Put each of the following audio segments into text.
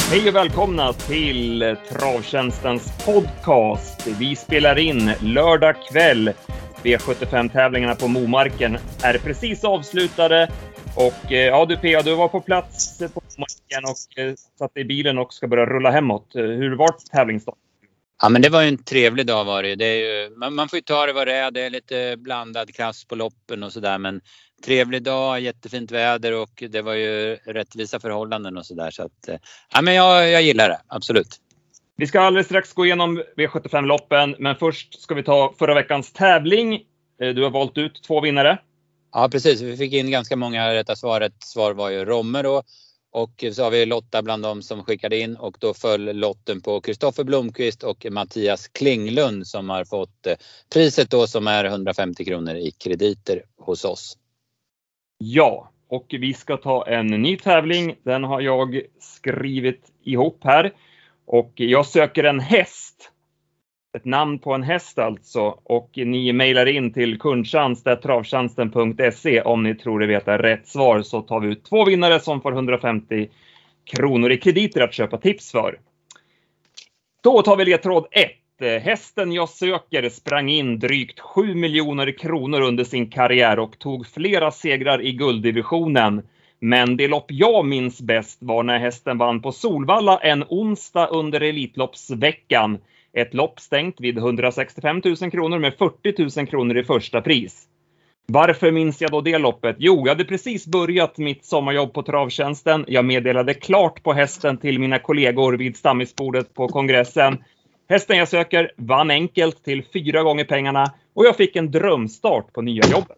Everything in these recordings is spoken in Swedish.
Hej och välkomna till Travtjänstens podcast. Vi spelar in lördag kväll. V75-tävlingarna på Momarken är precis avslutade. Och ja, du P.A., du var på plats på Momarken och satt i bilen och ska börja rulla hemåt. Hur var tävlingsdagen? Ja, men det var ju en trevlig dag var det. Det är ju, man får ju ta det vad det är. Det är lite blandad klass på loppen och sådär. Men trevlig dag, jättefint väder och det var ju rättvisa förhållanden och sådär. Så att, ja, men jag gillar det, absolut. Vi ska alldeles strax gå igenom V75-loppen. Men först ska vi ta förra veckans tävling. Du har valt ut 2 vinnare. Ja, precis. Vi fick in ganska många rätta svar. Ett svar var ju Romme då. Och så har vi Lotta bland dem som skickade in och då föll lotten på Kristoffer Blomqvist och Mattias Klinglund som har fått priset då som är 150 kronor i krediter hos oss. Ja, och vi ska ta en ny tävling. Den har jag skrivit ihop här. Och jag söker en häst. Ett namn på en häst alltså. Och ni mejlar in till kundtjänst@travtjänsten.se om ni tror det vet rätt svar. Så tar vi ut 2 vinnare som får 150 kronor i krediter att köpa tips för. Då tar vi ledtråd 1. Hästen jag söker sprang in drygt 7 miljoner kronor under sin karriär och tog flera segrar i gulddivisionen. Men det lopp jag minns bäst var när hästen vann på Solvalla en onsdag under Elitloppsveckan. Ett lopp stängt vid 165 000 kronor med 40 000 kronor i första pris. Varför minns jag då det loppet? Jo, jag hade precis börjat mitt sommarjobb på Travtjänsten. Jag meddelade klart på hästen till mina kollegor vid stammisbordet på kongressen. Hästen jag söker vann enkelt till 4 gånger pengarna och jag fick en drömstart på nya jobbet.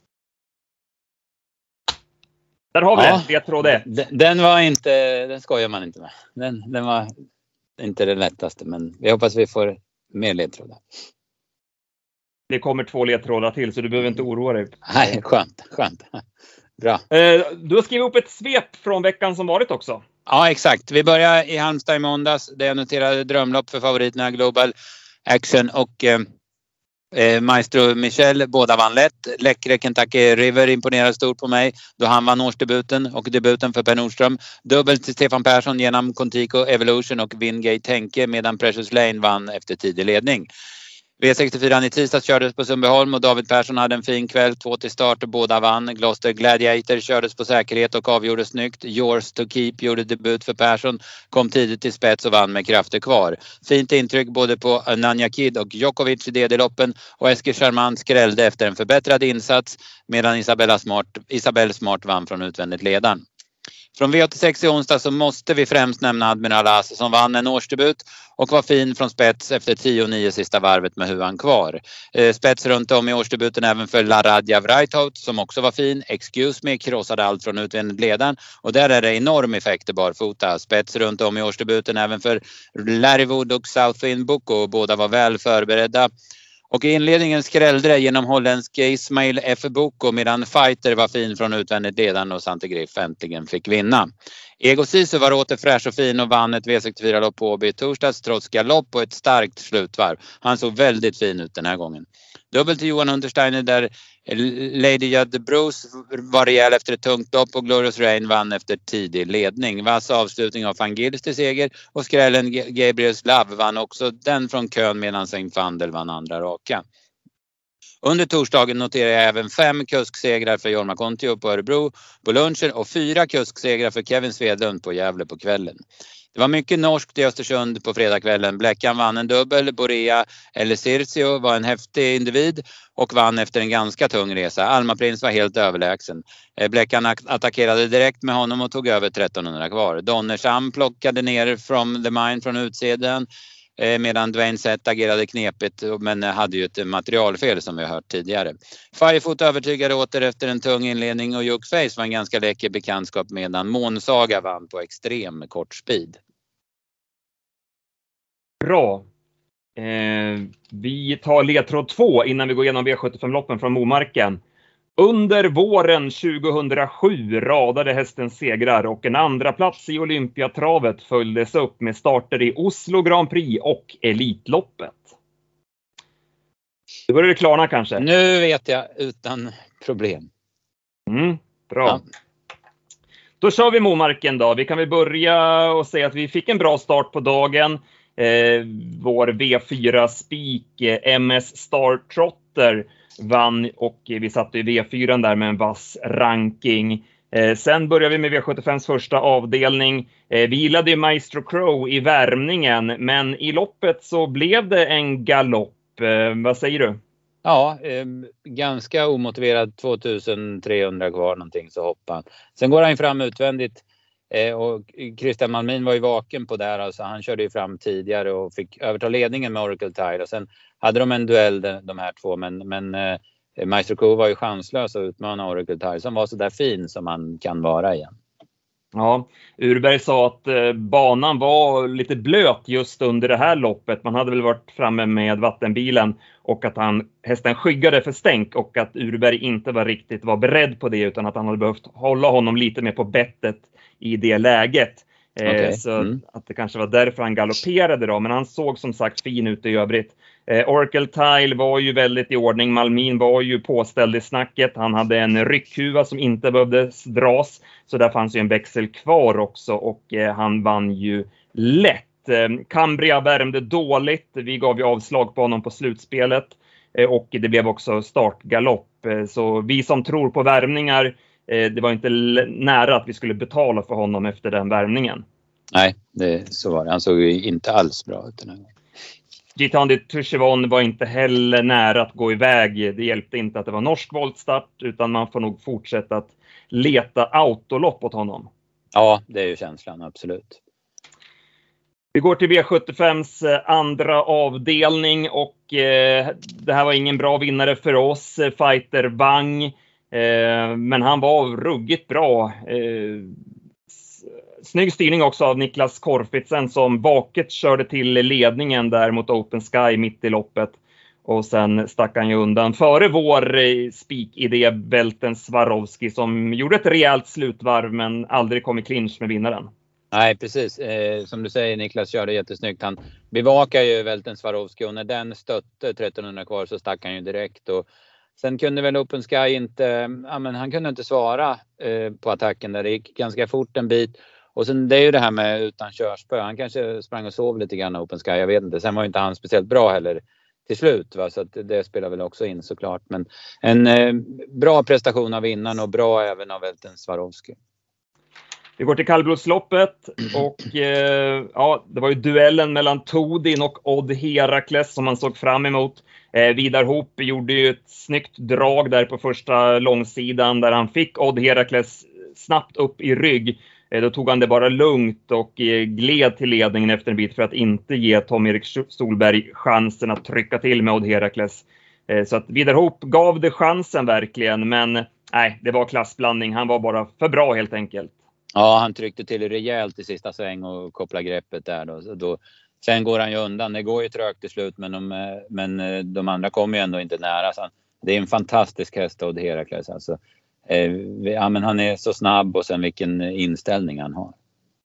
Där har vi det, ledtråd 1. Den var inte, den skojar man inte med. Den var inte det lättaste, men vi hoppas vi får mer ledtrådar. Det kommer 2 ledtrådar till så du behöver inte oroa dig. Nej, skönt. Bra. Du har skrivit upp ett svep från veckan som varit också. Ja, exakt. Vi börjar i Halmstad i måndags. Det jag noterade drömlopp för favoriterna Global Action och Maestro Michel. Båda vann lätt. Läckre Kentucky River imponerade stort på mig då han vann årsdebuten och debuten för Per Nordström. Dubbelt till Stefan Persson genom Contico Evolution och Wingate Tänke medan Precious Lane vann efter tidig ledning. V64 i tisdags kördes på Sundbyholm och David Persson hade en fin kväll, 2 till start och båda vann. Gloucester Gladiator kördes på säkerhet och avgjorde snyggt. Yours to Keep gjorde debut för Persson, kom tidigt till spets och vann med krafter kvar. Fint intryck både på Nanja Kid och Djokovic i DD-loppen och Eskil Charmant skrällde efter en förbättrad insats medan Isabelle Smart vann från utvändigt ledan. Från V86 i onsdag så måste vi främst nämna Admiral As som vann en årsdebut och var fin från spets efter 10-9 sista varvet med huvan kvar. Spets runt om i årsdebuten även för La Radja Vrajtaut som också var fin. Excuse me krossade allt från utvändigt ledan och där är det enorm effekt barfota. Spets runt om i årsdebuten även för Larrywood och Southwind Boko. Båda var väl förberedda. Och i inledningen skrällde det genom holländske Ismail F. Boko medan Fighter var fin från utvändigt ledan och Sante Griff äntligen fick vinna. Ego Sisu var åter fräsch och fin och vann ett V64-lopp på Åby i torsdags trots galopp och ett starkt slutvarv. Han såg väldigt fin ut den här gången. Dubbel till Johan Untersteiner där Lady Judd Bruce var rejäl efter ett tungt lopp och Glorious Rain vann efter tidig ledning. Vass avslutning av Van Gils till seger och skrällen Gabriels Love vann också den från kön medan Saint Vandel vann andra raka. Under torsdagen noterar jag även 5 kusksegrar för Jorma Kontio på Örebro på lunchen och 4 kusksegrar för Kevin Svedlund på Gävle på kvällen. Det var mycket norskt i Östersund på fredagskvällen. Bläckan vann en dubbel. Borea eller Circio var en häftig individ och vann efter en ganska tung resa. Alma Prins var helt överlägsen. Bläckan attackerade direkt med honom och tog över 1300 kvar. Donnersam plockade ner from the mine från utsidan medan Dwayne Sett agerade knepigt men hade ju ett materialfel som vi har hört tidigare. Firefoot övertygade åter efter en tung inledning och Juckface var en ganska läcker bekantskap medan Månsaga vann på extrem kort speed. Bra. Vi tar ledtråd 2 innan vi går igenom V75-loppen från Momarken. Under våren 2007 radade hästen segrar och en andra plats i Olympiatravet följdes upp med starter i Oslo Grand Prix och Elitloppet. Det börjar det klarna kanske. Nu vet jag utan problem. Bra. Ja. Då kör vi Momarken då. Vi kan väl börja och säga att vi fick en bra start på dagen. Vår V4-spik MS Star Trotter vann och vi satte i V4 där med en vass ranking. Sen började vi med V75s första avdelning. Vi gillade ju Maestro Crow i värmningen, men i loppet så blev det en galopp. Vad säger du? Ja, ganska omotiverad, 2300 kvar någonting så hoppar han. Sen går han ju fram utvändigt och Christian Malmin var ju vaken på där. Alltså han körde ju fram tidigare och fick överta ledningen med Oracle Tile. Och sen hade de en duell de här två, men Maestro Crow var ju chanslös att utmana Oracle Tile som var så där fin som man kan vara igen. Ja, Urberg sa att banan var lite blöt just under det här loppet. Man hade väl varit framme med vattenbilen och att hästen skyggade för stänk och att Urberg inte var beredd på det utan att han hade behövt hålla honom lite mer på bettet i det läget. Så att det kanske var därför han galopperade då. Men han såg som sagt fin ut i övrigt. Oracle Tile var ju väldigt i ordning. Malmin var ju påställd i snacket. Han hade en ryckhuva som inte behövde dras. Så där fanns ju en växel kvar också. Och han vann ju lätt. Cambria värmde dåligt. Vi gav ju avslag på honom på slutspelet. Och det blev också startgalopp. Så vi som tror på värmningar, det var inte nära att vi skulle betala för honom efter den värmningen. Nej, så var det. Han såg ju inte alls bra ut den här gången. Gitandi Tushevon var inte heller nära att gå iväg. Det hjälpte inte att det var norsk voltstart utan man får nog fortsätta att leta autolopp åt honom. Ja, det är ju känslan, absolut. Vi går till V75s andra avdelning och det här var ingen bra vinnare för oss. Fighter Wang, men han var ruggigt bra. Snygg styrning också av Niklas Korfitsen som vaket körde till ledningen där mot Open Sky mitt i loppet. Och sen stack han ju undan före vår spik-idé Belten Swarovski som gjorde ett rejält slutvarv men aldrig kom i clinch med vinnaren. Nej, precis. Som du säger, Niklas körde jättesnyggt. Han bevakar ju Belten Swarovski och när den stötte 1300 kvar så stack han ju direkt. Och sen kunde väl Open Sky inte, han kunde inte svara på attacken där. Det gick ganska fort en bit. Och sen det är ju det här med utan körspö. Han kanske sprang och sov lite grann Open Sky, jag vet inte. Sen var ju inte han speciellt bra heller till slut. Va? Så att det spelar väl också in såklart. Men en bra prestation av vinnaren och bra även av Belten Swarovski. Vi går till kallblodsloppet och det var ju duellen mellan Todin och Odd Herakles som man såg fram emot. Vidar Hoop gjorde ju ett snyggt drag där på första långsidan där han fick Odd Herakles snabbt upp i rygg. Då tog han det bara lugnt och gled till ledningen efter en bit för att inte ge Tom-Erik Solberg chansen att trycka till med Odd Herakles. Så att Vidar Hoop gav det chansen verkligen, men nej, det var klassblandning. Han var bara för bra helt enkelt. Ja, han tryckte till rejält i sista sväng och kopplade greppet där då. Sen går han ju undan. Det går ju trögt till slut, men de andra kommer ju ändå inte nära. Så det är en fantastisk häst Odd Herakles alltså. Men han är så snabb och sen vilken inställning han har.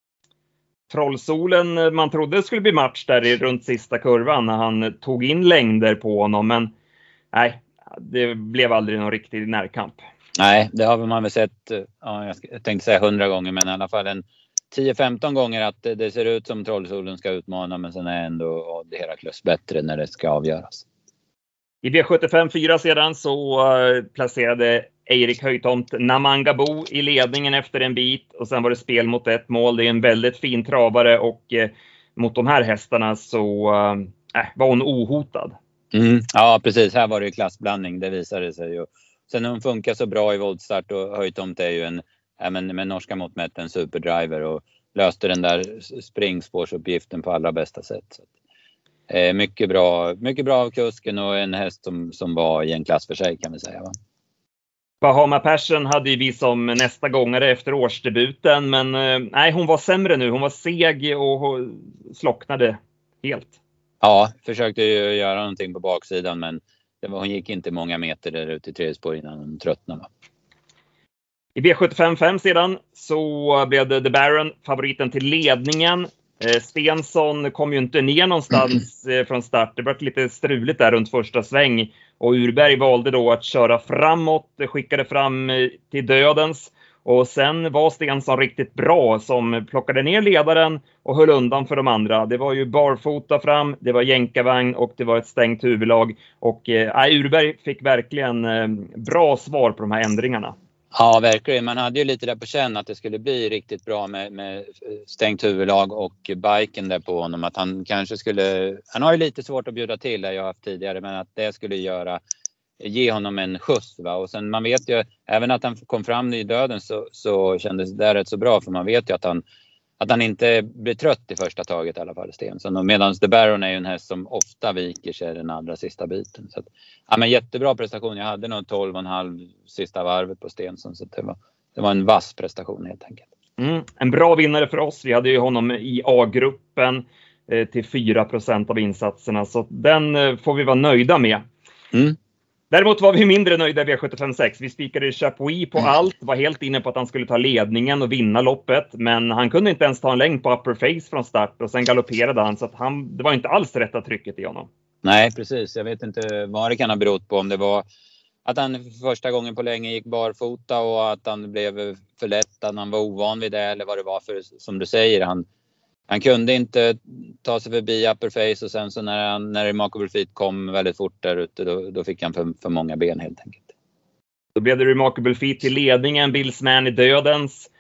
Trollsolen, man trodde det skulle bli match där runt sista kurvan när han tog in längder på honom, men nej, det blev aldrig någon riktig närkamp. Nej, det har man väl sett, jag tänkte säga 100 gånger, men i alla fall en 10-15 gånger att det ser ut som Trollsolen ska utmana, men sen är ändå Odd Herakles bättre när det ska avgöras. I V75-4 sedan så placerade Erik Höjtomt Namangabo i ledningen efter en bit och sen var det spel mot ett mål. Det är en väldigt fin travare och mot de här hästarna så var hon ohotad. Ja, precis. Här var det ju klassblandning, det visade sig ju. Sen hon funkar så bra i voltstart och Höjtomt är ju med norska mått mätt en superdriver och löste den där springspårsuppgiften på allra bästa sätt. Så mycket bra av kusken och en häst som var i en klass för sig kan vi säga, va? Bahama Passion hade ju vi som nästa gångare efter årsdebuten, men nej, hon var sämre nu. Hon var seg och slocknade helt. Ja, försökte ju göra någonting på baksidan, men hon gick inte många meter där ute i tredje spår innan hon tröttnade. I V75-5 sedan så blev det The Baron favoriten till ledningen. Stensson kom ju inte ner någonstans från start. Det var lite struligt där runt första sväng. Och Urberg valde då att köra framåt, skickade fram till dödens. Och sen var Stensson riktigt bra som plockade ner ledaren och höll undan för de andra. Det var ju barfota fram, det var jänkarvagn och det var ett stängt huvudlag. Och Urberg fick verkligen bra svar på de här ändringarna. Ja, verkligen. Man hade ju lite där på känn att det skulle bli riktigt bra med stängt huvudlag och biken där på honom. Att han kanske skulle... Han har ju lite svårt att bjuda till det jag haft tidigare, men att det skulle ge honom en skjuts. Va? Och sen man vet ju, även att han kom fram i döden så kändes det rätt så bra. För man vet ju att han inte blir trött i första taget i alla fall, Stensson. Medan The Baron är ju en häst som ofta viker sig den allra sista biten. Så att, ja, men jättebra prestation. Jag hade nog 12,5 sista varvet på Stensson. Så det var en vass prestation helt enkelt. En bra vinnare för oss. Vi hade ju honom i A-gruppen till 4% av insatserna. Så den får vi vara nöjda med. Däremot var vi mindre nöjda vid V75-6. Vi spikade Chapuis på allt. Var helt inne på att han skulle ta ledningen och vinna loppet. Men han kunde inte ens ta en längd på upper face från start. Och sen galopperade han. Så att det var inte alls rätta trycket i honom. Nej, precis. Jag vet inte vad det kan ha berott på. Om det var att han för första gången på länge gick barfota. Och att han blev för lätt. Att han var ovan vid det. Eller vad det var för, som du säger. Han kunde inte ta sig förbi upper face och sen så när Remarkable Feet kom väldigt fort där ute då fick han för många ben helt enkelt. Då blev det Remarkable Feet till ledningen, Billsman i dödens.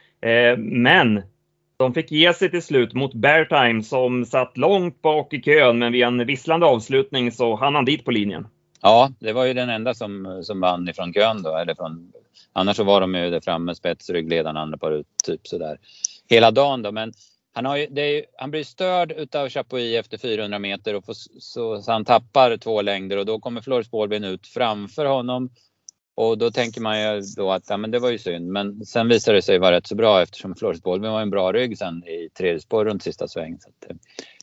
Men de fick ge sig till slut mot Bear Time som satt långt bak i kön, men vid en visslande avslutning så hann han dit på linjen. Ja, det var ju den enda som vann ifrån kön då. Annars så var de ju där framme, spetsryggledaren, andra par ut typ sådär hela dagen då. Men han blir störd utav Chapuis efter 400 meter och så han tappar 2 längder och då kommer Floris Baldwin ut framför honom. Och då tänker man ju då att ja, men det var ju synd. Men sen visade det sig vara rätt så bra eftersom Floris Baldwin var en bra rygg sen i tredje spår runt sista sväng. Så att,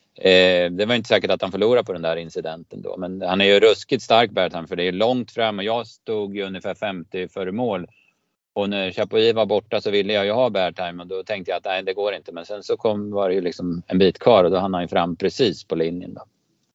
det var inte säkert att han förlorade på den där incidenten då. Men han är ju ruskigt stark Bertan för det är långt fram och jag stod ju ungefär 50 före mål. Och när Chapuis var borta så ville jag ju ha Bear Time och då tänkte jag att nej, det går inte. Men sen så var det ju liksom en bit kvar och då hann han ju fram precis på linjen då.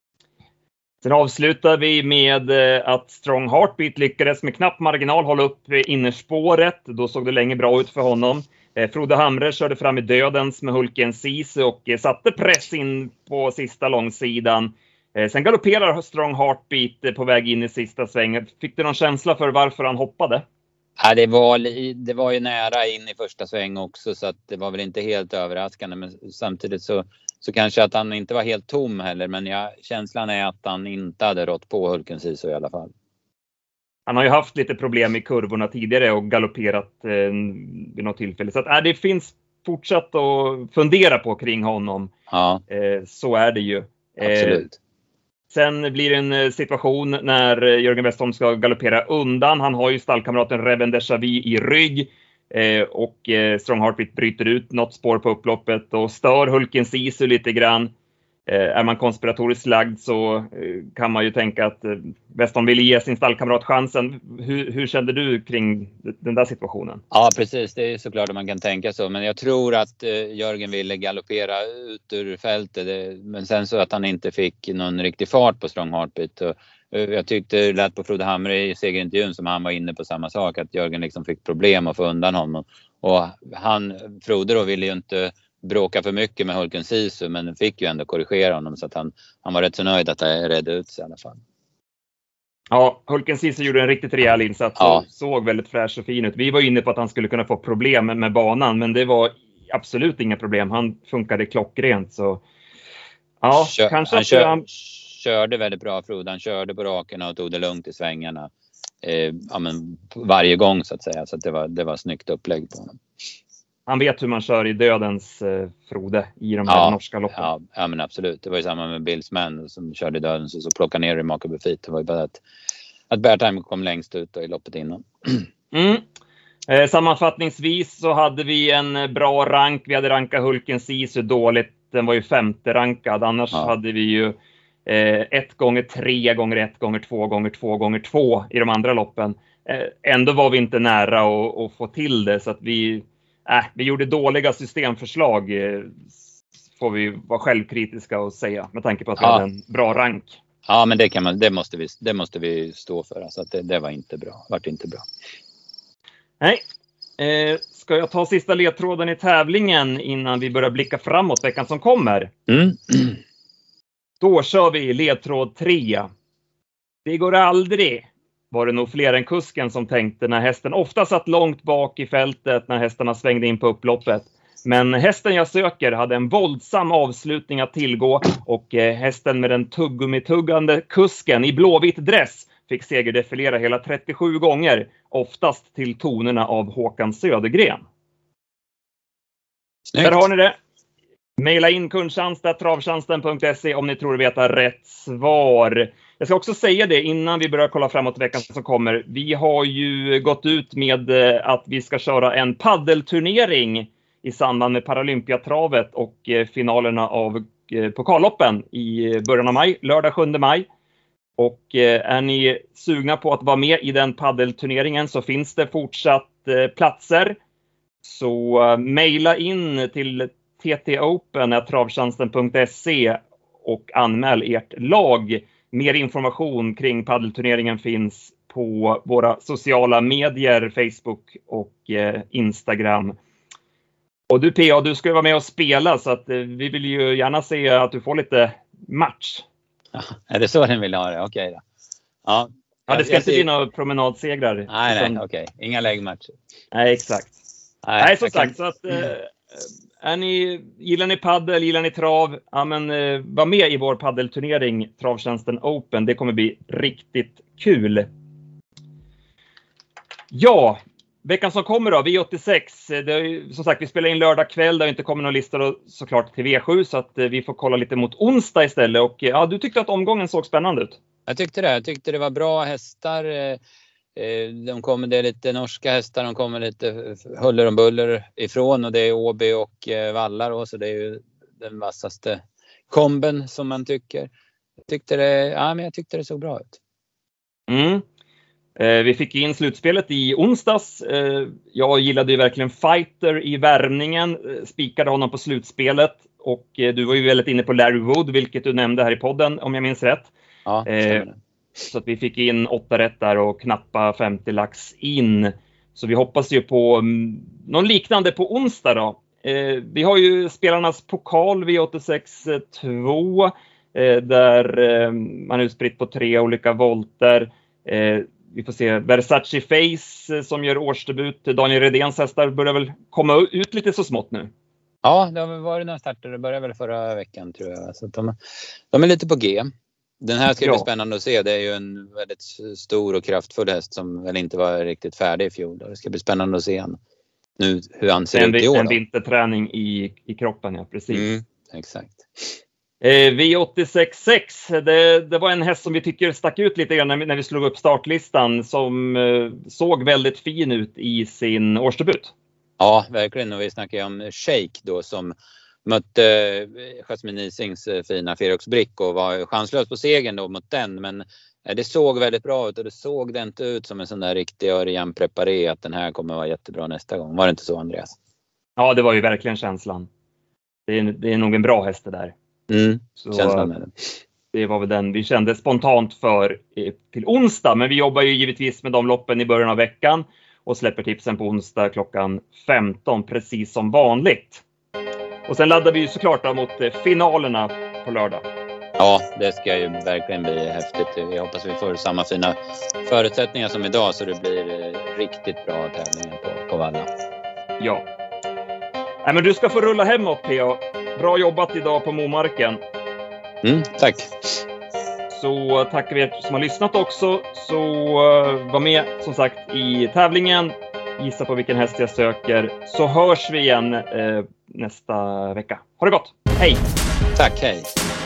Sen avslutar vi med att Strong Heartbeat lyckades med knapp marginal hålla upp innerspåret. Då såg det länge bra ut för honom. Frode Hamre körde fram i dödens med Hulken Sisu och satte press in på sista långsidan. Sen galopperar Strong Heartbeat på väg in i sista svängen. Fick du någon känsla för varför han hoppade? Ja, det var ju nära in i första sväng också så att det var väl inte helt överraskande. Men samtidigt så kanske att han inte var helt tom heller. Men känslan är att han inte hade rått på Hulken Sisu i alla fall. Han har ju haft lite problem i kurvorna tidigare och galopperat vid något tillfälle. Så att, det finns fortsatt att fundera på kring honom. Ja. Så är det ju. Absolut. Sen blir det en situation när Jörgen Westholm ska galoppera undan. Han har ju stallkamraten Reven Dechavi i rygg. Och Strong Heartbeat bryter ut något spår på upploppet och stör Hulken Sisu lite grann. Är man konspiratoriskt lagd så kan man ju tänka att Westholm ville ge sin stallkamrat chansen. Hur kände du kring den där situationen? Ja, precis. Det är såklart att man kan tänka så. Men jag tror att Jörgen ville galoppera ut ur fältet. Men sen så att han inte fick någon riktig fart på Strong Heartbeat. Och jag tyckte det lät på Frode Hamre i segerintervjun som han var inne på samma sak. Att Jörgen liksom fick problem att få undan honom. Och Frode då ville ju inte bråka för mycket med Hulken Sisu men fick ju ändå korrigera honom så att han var rätt så nöjd att det redde ut sig i alla fall. Ja, Hulken Sisu gjorde en riktigt rejäl insats och såg väldigt fräsch och fin ut. Vi var inne på att han skulle kunna få problem med banan men det var absolut inga problem. Han funkade klockrent så ja, kanske han körde väldigt bra Frode. Han körde på rakerna och tog det lugnt i svängarna varje gång så att säga så att det var snyggt upplägg på honom. Han vet hur man kör i dödens Frode i de här norska loppen. Ja, men absolut. Det var ju samma med Billsman som körde i dödens och så plockade ner Remarkable Feet. Det var ju bara att Bear Time kom längst ut i loppet innan. Sammanfattningsvis så hade vi en bra rank. Vi hade rankat Hulken Sisu dåligt. Den var ju 5:e rankad. Annars hade vi ju 1x3 x 1x2 x 2x2 i de andra loppen. Ändå var vi inte nära att få till det så att vi gjorde dåliga systemförslag får vi vara självkritiska och säga med tanke på att vi hade en bra rank. Ja, men det måste vi stå för. Så att det var inte bra. Vart inte bra. Nej. Ska jag ta sista ledtråden i tävlingen innan vi börjar blicka framåt veckan som kommer? Då kör vi ledtråd 3. Det går aldrig, var det nog fler än kusken som tänkte när hästen ofta satt långt bak i fältet när hästarna svängde in på upploppet. Men hästen jag söker hade en våldsam avslutning att tillgå och hästen med den tuggummi-tuggande kusken i blåvit dress fick segerdefilera hela 37 gånger, oftast till tonerna av Håkan Södergren. Snyggt. Där har ni det. Maila in kundtjänst@travtjänsten.se om ni tror veta rätt svar. Jag ska också säga det innan vi börjar kolla framåt veckan som kommer. Vi har ju gått ut med att vi ska köra en paddelturnering i samband med Paralympiatravet och finalerna av pokalloppen i början av maj, lördag 7 maj. Och är ni sugna på att vara med i den paddelturneringen så finns det fortsatt platser. Så mejla in till ttopen@travtjänsten.se och anmäl ert lag. Mer information kring paddelturneringen finns på våra sociala medier, Facebook och Instagram. Och du PA, du ska vara med och spela så att vi vill ju gärna se att du får lite match. Ja, är det så den vill ha det? Okej då. Ja, det ska inte bli några promenadsegrar. Nej, okej. Inga läggmatcher. Nej, exakt. Nej, som sagt, så att gillar ni paddel, gillar ni trav, ja men var med i vår paddelturnering Travtjänsten Open. Det kommer bli riktigt kul. Ja, veckan som kommer då, V86. Det är ju, som sagt, vi spelar in lördag kväll. Det har inte kommit någon lista då, såklart till V7 så att vi får kolla lite mot onsdag istället. Och ja, du tyckte att omgången såg spännande ut. Jag tyckte det var bra hästar. De kommer, det är lite norska hästar, de kommer lite huller och buller ifrån och det är Åby och Vallar och så det är ju den vassaste komben som man tycker. Jag tyckte det såg bra ut. Vi fick in slutspelet i onsdags. Jag gillade ju verkligen Fighter i värmningen, spikade honom på slutspelet och du var ju väldigt inne på Larry Wood, vilket du nämnde här i podden om jag minns rätt. Ja, så att vi fick in 8 rätt där och knappa 50 lax in. Så vi hoppas ju på någon liknande på onsdag då. Vi har ju spelarnas pokal V86 2 där man är utspritt på 3 olika volter. Vi får se Versace Face som gör årsdebut. Daniel Redéns hästar börjar väl komma ut lite så smått nu. Ja, det har varit några starter. Det började väl förra veckan tror jag. Så de är lite på G. Den här ska bli spännande att se. Det är ju en väldigt stor och kraftfull häst som väl inte var riktigt färdig i fjol. Det ska bli spännande att se han nu hur han ser ut i år. En vinterträning i kroppen, ja precis. Exakt. V86.6, det var en häst som vi tycker stack ut lite grann när vi slog upp startlistan som såg väldigt fin ut i sin årsdebut. Ja, verkligen. Och vi snackar om Shake då som mötte Jasmine Isings fina Ferox-brick och var chanslös på segern då mot den. Men det såg väldigt bra ut och det såg det inte ut som en sån där riktig Örjan Preparé att den här kommer vara jättebra nästa gång. Var det inte så, Andreas? Ja, det var ju verkligen känslan. Det är nog en bra häst det där. Så känslan med den. Det var väl den vi kände spontant för till onsdag. Men vi jobbar ju givetvis med de loppen i början av veckan och släpper tipsen på onsdag klockan 15 precis som vanligt. Och sen laddar vi ju såklart mot finalerna på lördag. Ja, det ska ju verkligen bli häftigt. Jag hoppas vi får samma fina förutsättningar som idag så det blir riktigt bra tävlingar på Valla. Ja. Nej, men du ska få rulla hemåt, P.A. Bra jobbat idag på Momarken. Tack. Så tackar vi er som har lyssnat också. Så var med som sagt i tävlingen. Gissa på vilken häst jag söker. Så hörs vi igen nästa vecka. Ha det gott. Hej! Tack, hej!